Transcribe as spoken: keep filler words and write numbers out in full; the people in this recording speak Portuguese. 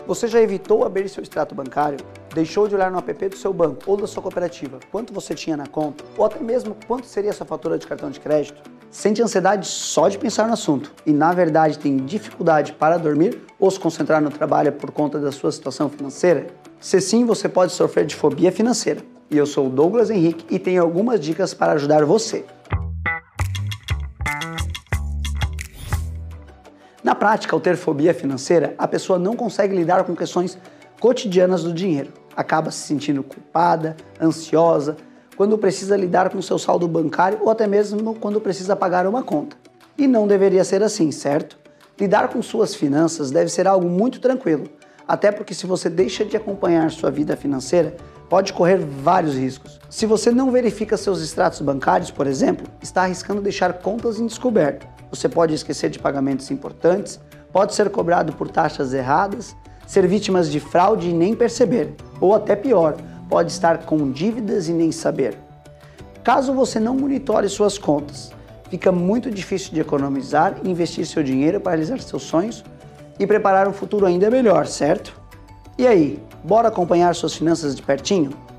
Você já evitou abrir seu extrato bancário? Deixou de olhar no app do seu banco ou da sua cooperativa quanto você tinha na conta? Ou até mesmo quanto seria a sua fatura de cartão de crédito? Sente ansiedade só de pensar no assunto e, na verdade, tem dificuldade para dormir ou se concentrar no trabalho por conta da sua situação financeira? Se sim, você pode sofrer de fobia financeira. E eu sou o Douglas Henrique e tenho algumas dicas para ajudar você. Na prática, ao ter fobia financeira, a pessoa não consegue lidar com questões cotidianas do dinheiro. Acaba se sentindo culpada, ansiosa, quando precisa lidar com seu saldo bancário ou até mesmo quando precisa pagar uma conta. E não deveria ser assim, certo? Lidar com suas finanças deve ser algo muito tranquilo, até porque se você deixa de acompanhar sua vida financeira, pode correr vários riscos. Se você não verifica seus extratos bancários, por exemplo, está arriscando deixar contas em descoberto. Você pode esquecer de pagamentos importantes, pode ser cobrado por taxas erradas, ser vítimas de fraude e nem perceber, ou até pior, pode estar com dívidas e nem saber. Caso você não monitore suas contas, fica muito difícil de economizar e investir seu dinheiro para realizar seus sonhos e preparar um futuro ainda melhor, certo? E aí, bora acompanhar suas finanças de pertinho?